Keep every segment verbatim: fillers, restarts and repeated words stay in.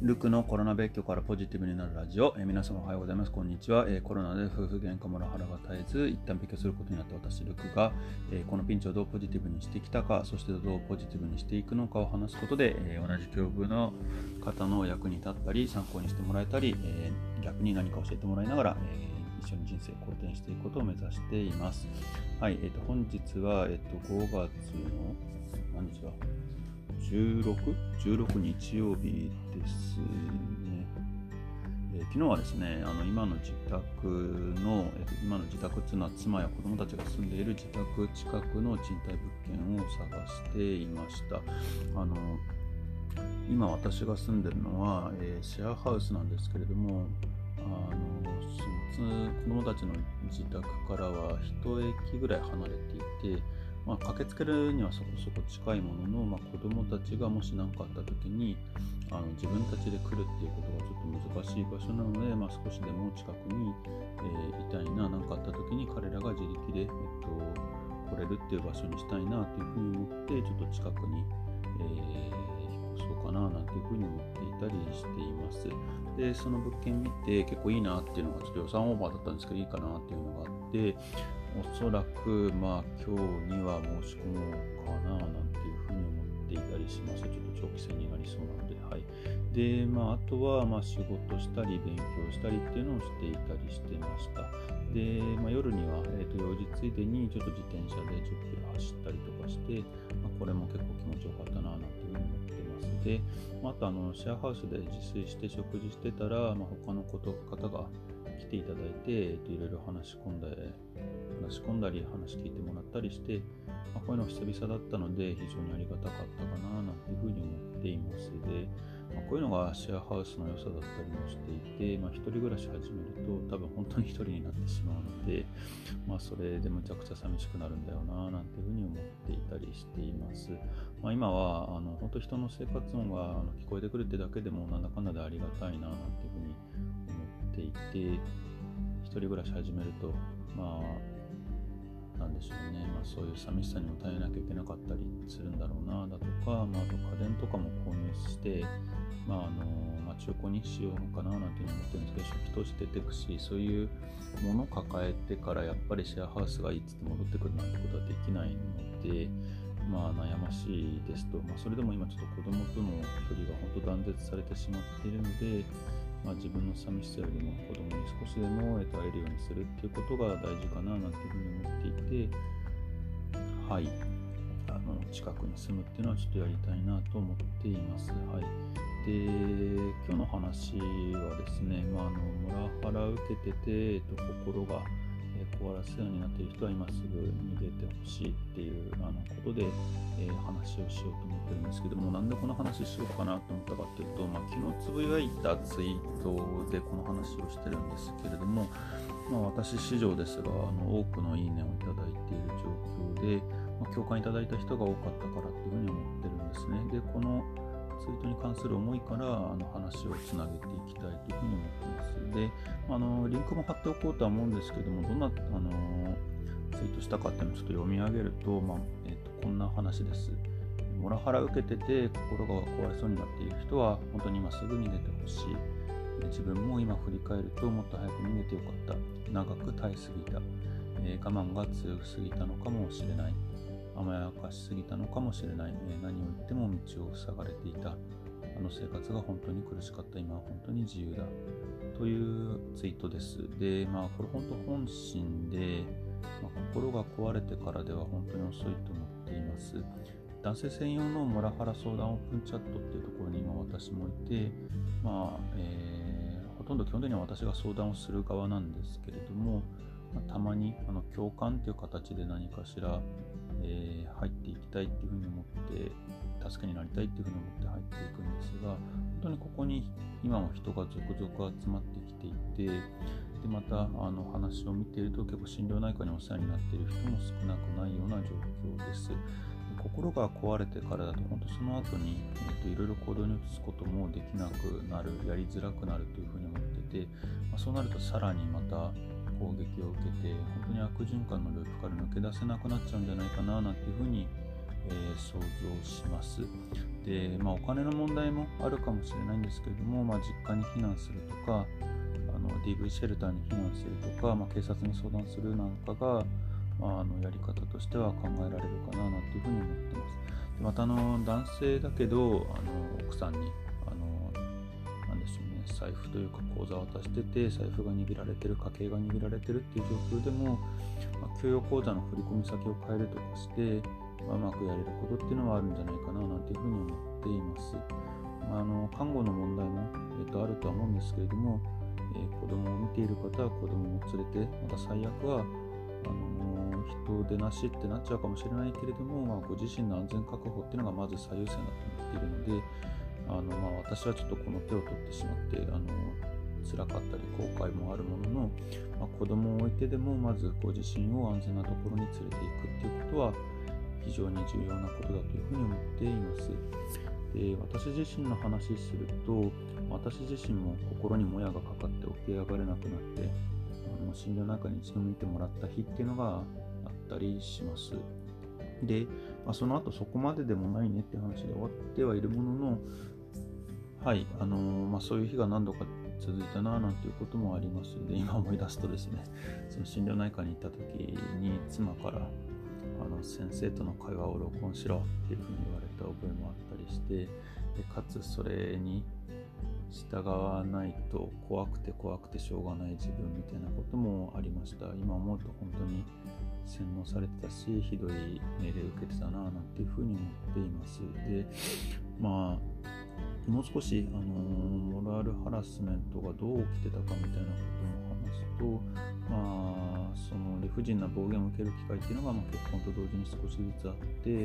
ルクのコロナ別居からポジティブになるラジオ、えー、皆様おはようございます。こんにちは。えー、コロナで夫婦喧嘩モラハラが絶えず一旦別居することになった私ルクが、えー、このピンチをどうポジティブにしてきたか、そしてどうポジティブにしていくのかを話すことで、えー、同じ境遇の方の役に立ったり参考にしてもらえたり、えー、逆に何か教えてもらいながら、えー、一緒に人生好転していくことを目指しています。はい、えー、と本日は、えー、とごがつの何日だじゅうろく、じゅうろく日曜日ですね。えー、昨日はですね、あの今の自宅の、えー、今の自宅っていうのは妻や子供たちが住んでいる自宅近くの賃貸物件を探していました。あの今私が住んでるのは、えー、シェアハウスなんですけれども、あのその子供たちの自宅からは一駅ぐらい離れていて、まあ、駆けつけるにはそこそこ近いものの、まあ、子どもたちがもし何かあった時にあの自分たちで来るっていうことがちょっと難しい場所なので、まあ、少しでも近くに、えー、いたいな、何かあった時に彼らが自力で、えっと、来れるっていう場所にしたいなというふうに思ってちょっと近くに、えー、引っ越そうかななんていうふうに思っていたりしています。で、その物件見て結構いいなっていうのがちょっと予算オーバーだったんですけどいいかなっていうのがあって、おそらくまあ今日には申し込もうかななんていうふうに思っていたりします。ちょっと長期戦になりそうなので、はい。で、まああとはまあ仕事したり勉強したりっていうのをしていたりしてました。で、まあ、夜には、えー、と用事ついでにちょっと自転車でじゅっキロ走ったりとかして、まあ、これも結構気持ちよかったななんていうふうに思っています。で、まあ、あとあのシェアハウスで自炊して食事してたら、まあ、他のこと方が来ていただいて、えー、といろいろ話し込んで話し込んだり話聞いてもらったりして、まあ、こういうの久々だったので非常にありがたかったかななんていうふうに思っています。で、まあ、こういうのがシェアハウスの良さだったりもしていて、まあ、一人暮らし始めると多分本当に一人になってしまうので、まあ、それでむちゃくちゃ寂しくなるんだよななんていうふうに思っていたりしています。まあ、今はあの本当人の生活音が聞こえてくるってだけでもなんだかんだでありがたいななんていうふうに思っていて、一人暮らし始めるとまあなんでしょうね、まあ、そういう寂しさにも耐えなきゃいけなかったりするんだろうなだとか、まあ、あと家電とかも購入して、まああのまあ、中古にしようのかななんていうの思ってるんですけど、初期投資出てくし、そういうものを抱えてからやっぱりシェアハウスがいいっつって戻ってくるなんてことはできないので、まあ悩ましいですと、まあ、それでも今ちょっと子供との距離が本当断絶されてしまっているので、まあ、自分の寂しさよりも子供に少しでも会えるようにするっていうことが大事かななんていうふうに思っていて、はい、あの近くに住むっていうのはちょっとやりたいなと思っています。はい。で、今日の話はですね、まあ、あのモラハラを受けてて、えっと、心が壊らすようになっている人は今すぐ逃げてほしいっていうあのことで、えー、話をしようと思ってるんですけども、なんでこの話しようかなと思ったかっていうと、まあ、昨日つぶやいたツイートでこの話をしてるんですけれども、まあ、私史上ですがあの多くのいいねをいただいている状況で、まあ、共感いただいた人が多かったからっていうふうに思ってるんですね。で、このツイートに関する思いからあの話をつなげていきたいというふうに思っています。で、あのリンクも貼っておこうとは思うんですけども、どんなあのツイートしたかっていうのをちょっと読み上げると、まあえー、とこんな話です。モラハラ受けてて心が壊れそうになっている人は本当に今すぐ逃げてほしい。自分も今振り返るともっと早く逃げてよかった。長く耐えすぎた。えー、我慢が強すぎたのかもしれない。甘やかしすぎたのかもしれない。えー、何を言っても道を塞がれていた。あの生活が本当に苦しかった。今は本当に自由だ。というツイートです。で、まあこれ本当本心で、まあ、心が壊れてからでは本当に遅いと思っています。男性専用のモラハラ相談オープンチャットっていうところに今私もいて、まあ、えー、ほとんど基本的には私が相談をする側なんですけれども、まあ、たまにあの共感という形で何かしら、えー、入っていきたいっていうふうに思って助けになりたいっていうふうに思って入っていくんですが、本当にここに今も人が続々集まってきていて、でまたあの話を見ていると結構心療内科にお世話になっている人も少なくないような状況です。心が壊れてからだと本当その後に、えー、といろいろ行動に移すこともできなくなる、やりづらくなるというふうに思ってて、まあ、そうなるとさらにまた攻撃を受けて本当に悪循環のループから抜け出せなくなっちゃうんじゃないかななんていうふうにえー、想像します。で、まあ、お金の問題もあるかもしれないんですけれども、まあ、実家に避難するとか、あの ディーブイ シェルターに避難するとか、まあ、警察に相談するなんかが、まあ、あのやり方としては考えられるかななんていうふうに思ってます。でまたあの男性だけどあの奥さんにあのなんでしょうね、財布というか口座を渡してて、財布が握られてる、家計が握られてるっていう状況でも、まあ、給与口座の振込先を変えるとかして、まあ、うまくやれることっていうのはあるんじゃないかななんていうふうに思っています。まあ、あの看護の問題も、えー、とあるとは思うんですけれども、えー、子供を見ている方は子供を連れて、また最悪はあの人出なしってなっちゃうかもしれないけれども、まあ、ご自身の安全確保っていうのがまず最優先だと思っているので、あの、まあ、私はちょっとこの手を取ってしまってあの辛かったり後悔もあるものの、まあ、子供を置いてでもまずご自身を安全なところに連れていくっていうことは非常に重要なことだというふうに思っています。で、私自身の話すると、私自身も心にもやがかかって起き上がれなくなって、あの心療内科に一度見てもらった日っていうのがあったりします。で、まあ、その後そこまででもないねって話で終わってはいるものの、はい、あのーまあ、そういう日が何度か続いたななんていうこともありますので、今思い出すとですね、その心療内科に行った時に妻からあの先生との会話を録音しろっていうふうに言われた覚えもあったりして、でかつそれに従わないと怖くて怖くてしょうがない自分みたいなこともありました。今思うと本当に洗脳されてたし、ひどい命令を受けてたななんていうふうに思っています。で、まあもう少し、あのー、モラルハラスメントがどう起きてたかみたいなことも話すと、まあ、その理不尽な暴言を受ける機会っていうのが、まあ、結婚と同時に少しずつあって、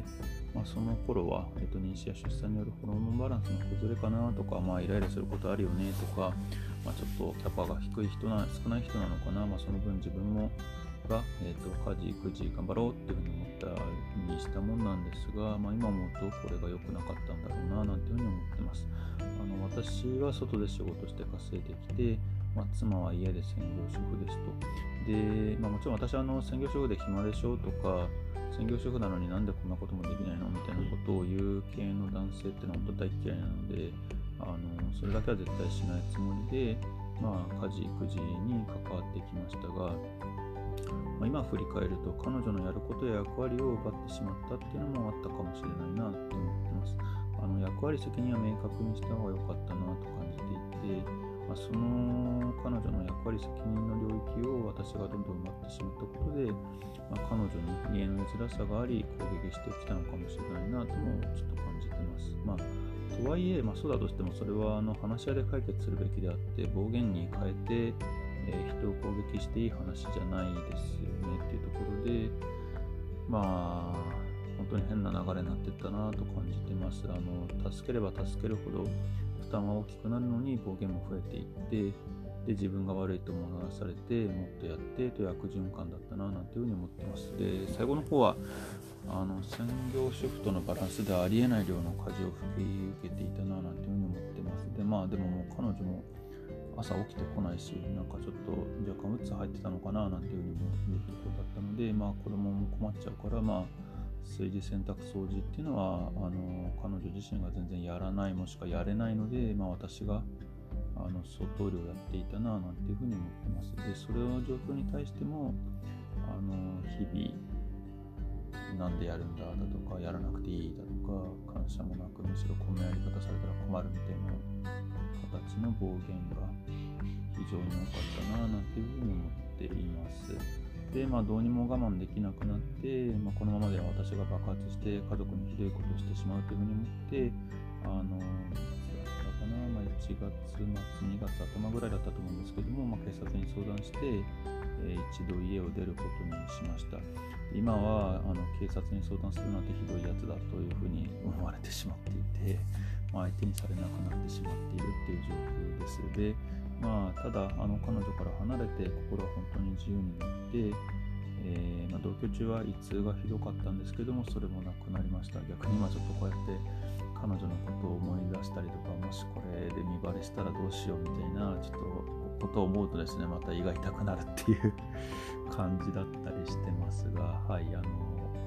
まあ、その頃は、えっと、妊娠や出産によるホルモンバランスの崩れかなとか、まあ、イライラすることあるよねとか、まあ、ちょっとキャパが低い人な少ない人なのかな、まあ、その分自分もが、えー、と家事育児頑張ろうっていうふうに思ったりしたもんなんですが、まあ、今思うとこれが良くなかったんだろうななんていうふうに思ってます。あの私は外で仕事して稼いできて、まあ、妻は家で専業主婦ですと。で、まあ、もちろん私はあの専業主婦で暇でしょとか、専業主婦なのになんでこんなこともできないのみたいなことを言う系の男性ってのは本当大嫌いなので、あのそれだけは絶対しないつもりで、まあ、家事育児に関わってきましたが、まあ、今振り返ると彼女のやることや役割を奪ってしまったっていうのもあったかもしれないなと思ってます。あの役割責任は明確にした方が良かったなと感じていて、まあ、その彼女の役割責任の領域を私がどんどん奪ってしまったことで、まあ、彼女に家の居づらさがあり攻撃してきたのかもしれないなともちょっと感じてます。まあ、とはいえ、まあ、そうだとしてもそれはあの話し合いで解決するべきであって暴言に変えてえー、人を攻撃していい話じゃないですよねっていうところで、まあ本当に変な流れになっていったなと感じてます。あの助ければ助けるほど負担は大きくなるのに暴言も増えていって、で自分が悪いと思わされてもっとやってという悪循環だったななんていうふうに思ってます。で最後の方はあの専業主婦とのバランスでありえない量の家事を引き受けていたななんていうふうに思ってます。でまあでももう彼女も朝起きてこないし、なんかちょっと若干うつ入ってたのかななんていうふうにも言うところだったので、まあ子供も困っちゃうから、まあ炊事洗濯掃除っていうのはあの彼女自身が全然やらないもしくはやれないので、まあ私があの相当量やっていたななんていうふうに思ってます。で、それの状況に対してもあの日々なんでやるんだだとか、やらなくていいだとか、感謝もなくむしろこんなやり方されたら困るみたいな形の暴言が非常に多かったななんていうふうに思っています。で、まあどうにも我慢できなくなって、まあ、このままでは私が爆発して家族にひどいことをしてしまうというふうに思って、あのいつだったかな、まあ、いちがつ末にがつ頭ぐらいだったと思うんですけども、まあ、警察に相談して、えー、一度家を出ることにしました。今はあの警察に相談するなんてひどいやつだというふうに思われてしまっていて、まあ、相手にされなくなってしまっているっていう状況です。で、まあ、ただあの彼女から離れて心は本当に自由になって、えーまあ、同居中は胃痛がひどかったんですけども、それもなくなりました。逆に今ちょっとこうやって彼女のことを思い出したりとか、もしこれで見バレしたらどうしようみたいなちょっとことを思うとですね、また胃が痛くなるっていう感じだったりしてますが、はい、あの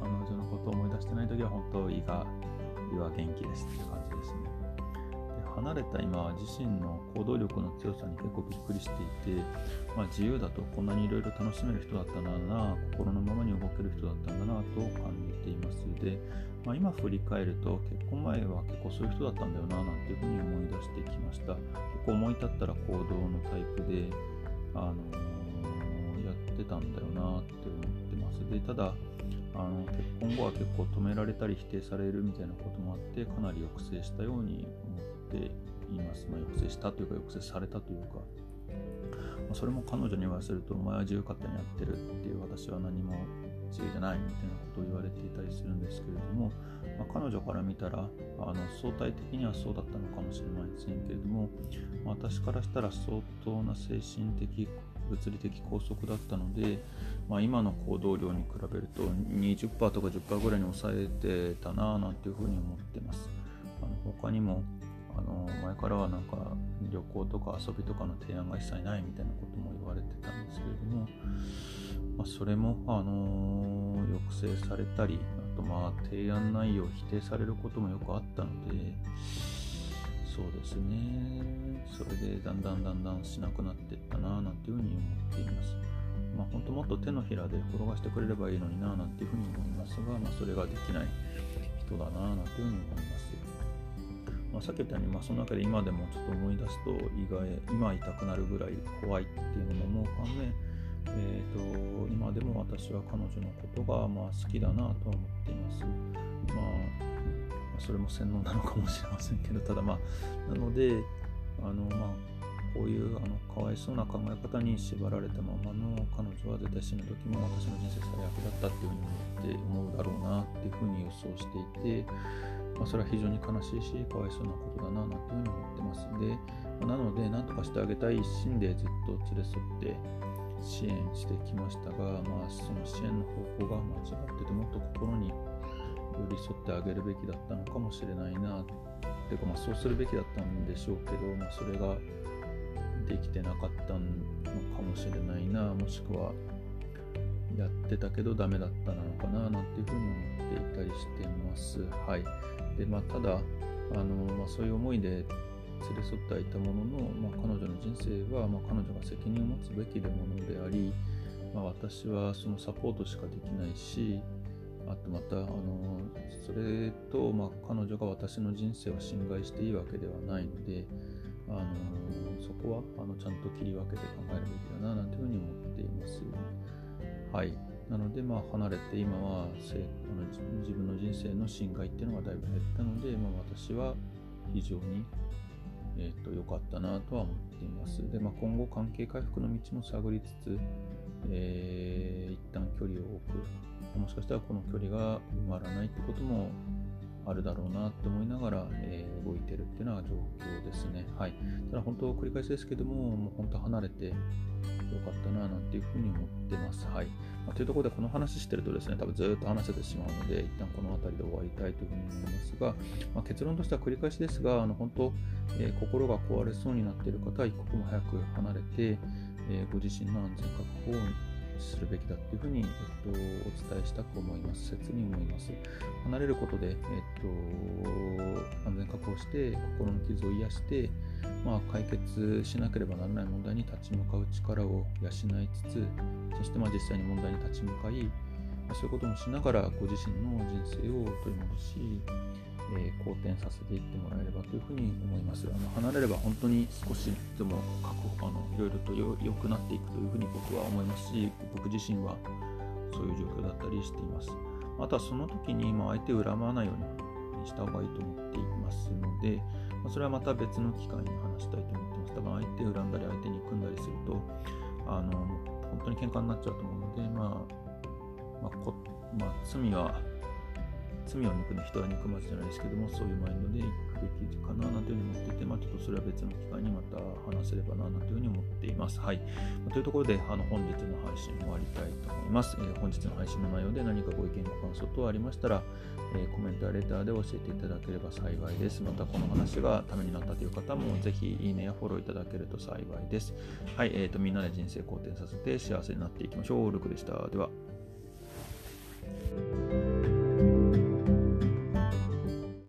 彼女のことを思い出してないときは本当胃が胃は元気ですっていう感じですね。で離れた今自身の行動力の強さに結構びっくりしていて、まあ、自由だとこんなにいろいろ楽しめる人だったんだな、心のままに動ける人だったんだなと感じています。で、まあ、今振り返ると結婚前は結構そういう人だったんだよななんていうふうに思い出してきました。結構思い立ったら行動のタイプで、あのー、やってたんだよなって思ってます。で、ただあの結婚後は結構止められたり否定されるみたいなこともあってかなり抑制したように思っています。まあ、抑制したというか抑制されたというか、まあ、それも彼女に言わせるとお前は自由勝手にやってるっていう、私は何も自由じゃないみたいなことを言われていたりするんですけれども、まあ、彼女から見たらあの相対的にはそうだったのかもしれませんけれども、まあ、私からしたら相当な精神的物理的拘束だったので、まあ、今の行動量に比べると にじゅっパーセント とか じゅっパーセント ぐらいに抑えてたななんていうふうに思ってます。あの他にもあの前からはなんか旅行とか遊びとかの提案が一切ないみたいなことも言われてたんですけれども、まあ、それも、あのー、抑制されたり、あとまあ提案内容を否定されることもよくあったので、そうですね、それでだんだんだんだんしなくなっていったななんていうふうに思っています。まあ本当もっと手のひらで転がしてくれればいいのにななんていうふうに思いますが、まあ、それができない人だななんていうふうに思います。まあ、さっき言ったように、まあ、その中で今でもちょっと思い出すと意外今痛くなるぐらい怖いっていうのも思う反面、えー、と今でも私は彼女のことがまあ好きだなとは思っています。まあそれも洗脳なのかもしれませんけど、ただまあなのであのまあこういうあのかわいそうな考え方に縛られたままの彼女は絶対死ぬ時も私の人生最悪だったっていうふうに思って思うだろうなっていうふうに予想していて、まあ、それは非常に悲しいしかわいそうなことだななんていうふうに思ってます。で、まあ、なので何とかしてあげたい一心でずっと連れ添って支援してきましたが、まあ、その支援の方法が間違っててもっと心に寄り添ってあげるべきだったのかもしれないなっていうか、まあ、そうするべきだったんでしょうけど、まあ、それができてなかったのかもしれないな、もしくはやってたけどダメだったのかななんていうふうに思っていたりしています。はい。で、まあ、ただあの、まあ、そういう思いで連れ添ってはいたものの、まあ、彼女の人生は、まあ、彼女が責任を持つべきものであり、まあ、私はそのサポートしかできないし、あとまたあのそれと、まあ、彼女が私の人生を侵害していいわけではないので、あのそこはあのちゃんと切り分けて考えるべきだななんていうふうに思っています。はい。なので、まあ、離れて今はあの自分の人生の侵害っていうのがだいぶ減ったので、まあ、私は非常にえー、と良かったなとは思っています。で、まあ、今後関係回復の道も探りつつ、えー、一旦距離を置く、もしかしたらこの距離が埋まらないってこともあるだろうなと思いながら、えー、動いてるっていうのが状況ですね。はい。ただ本当繰り返しですけども、もう本当離れてよかったななんていうふうに思ってます。はい。まあ、というところでこの話してるとですね、多分ずっと話せてしまうので、一旦この辺りで終わりたいというふうに思いますが、まあ、結論としては繰り返しですが、あの本当、えー、心が壊れそうになっている方は一刻も早く離れて、えー、ご自身の安全確保をするべきだというふうに、えっと、お伝えしたく思います。切に思います。離れることで、えっと、安全確保して、心の傷を癒して、まあ、解決しなければならない問題に立ち向かう力を養いつつ、そしてまあ実際に問題に立ち向かい、そういうこともしながらご自身の人生を取り戻し、えー、好転させていってもらえればというふうに思います。あの離れれば本当に少しでも確保あのいろいろとよ良くなっていくというふうに僕は思いますし、僕自身はそういう状況だったりしています。あとはその時にまあ相手を恨まないようにした方がいいと思っていますので、まあ、それはまた別の機会に話したいと思ってます。多分相手を恨んだり相手に組んだりするとあの本当に喧嘩になっちゃうと思うので、まあまあこまあ、罪は罪は憎んで人は憎まずじゃないですけども、そういうマインドでいくべきかななんていうふうに思っていて、まあ、ちょっとそれは別の機会にまた話せればななんていうふうに思っています。はい。というところで、あの本日の配信終わりたいと思います。えー、本日の配信の内容で何かご意見ご感想等ありましたら、えー、コメントやレターで教えていただければ幸いです。またこの話がためになったという方もぜひいいねやフォローいただけると幸いです。はい。えーと、みんなで人生好転させて幸せになっていきましょう。ルクでした。では。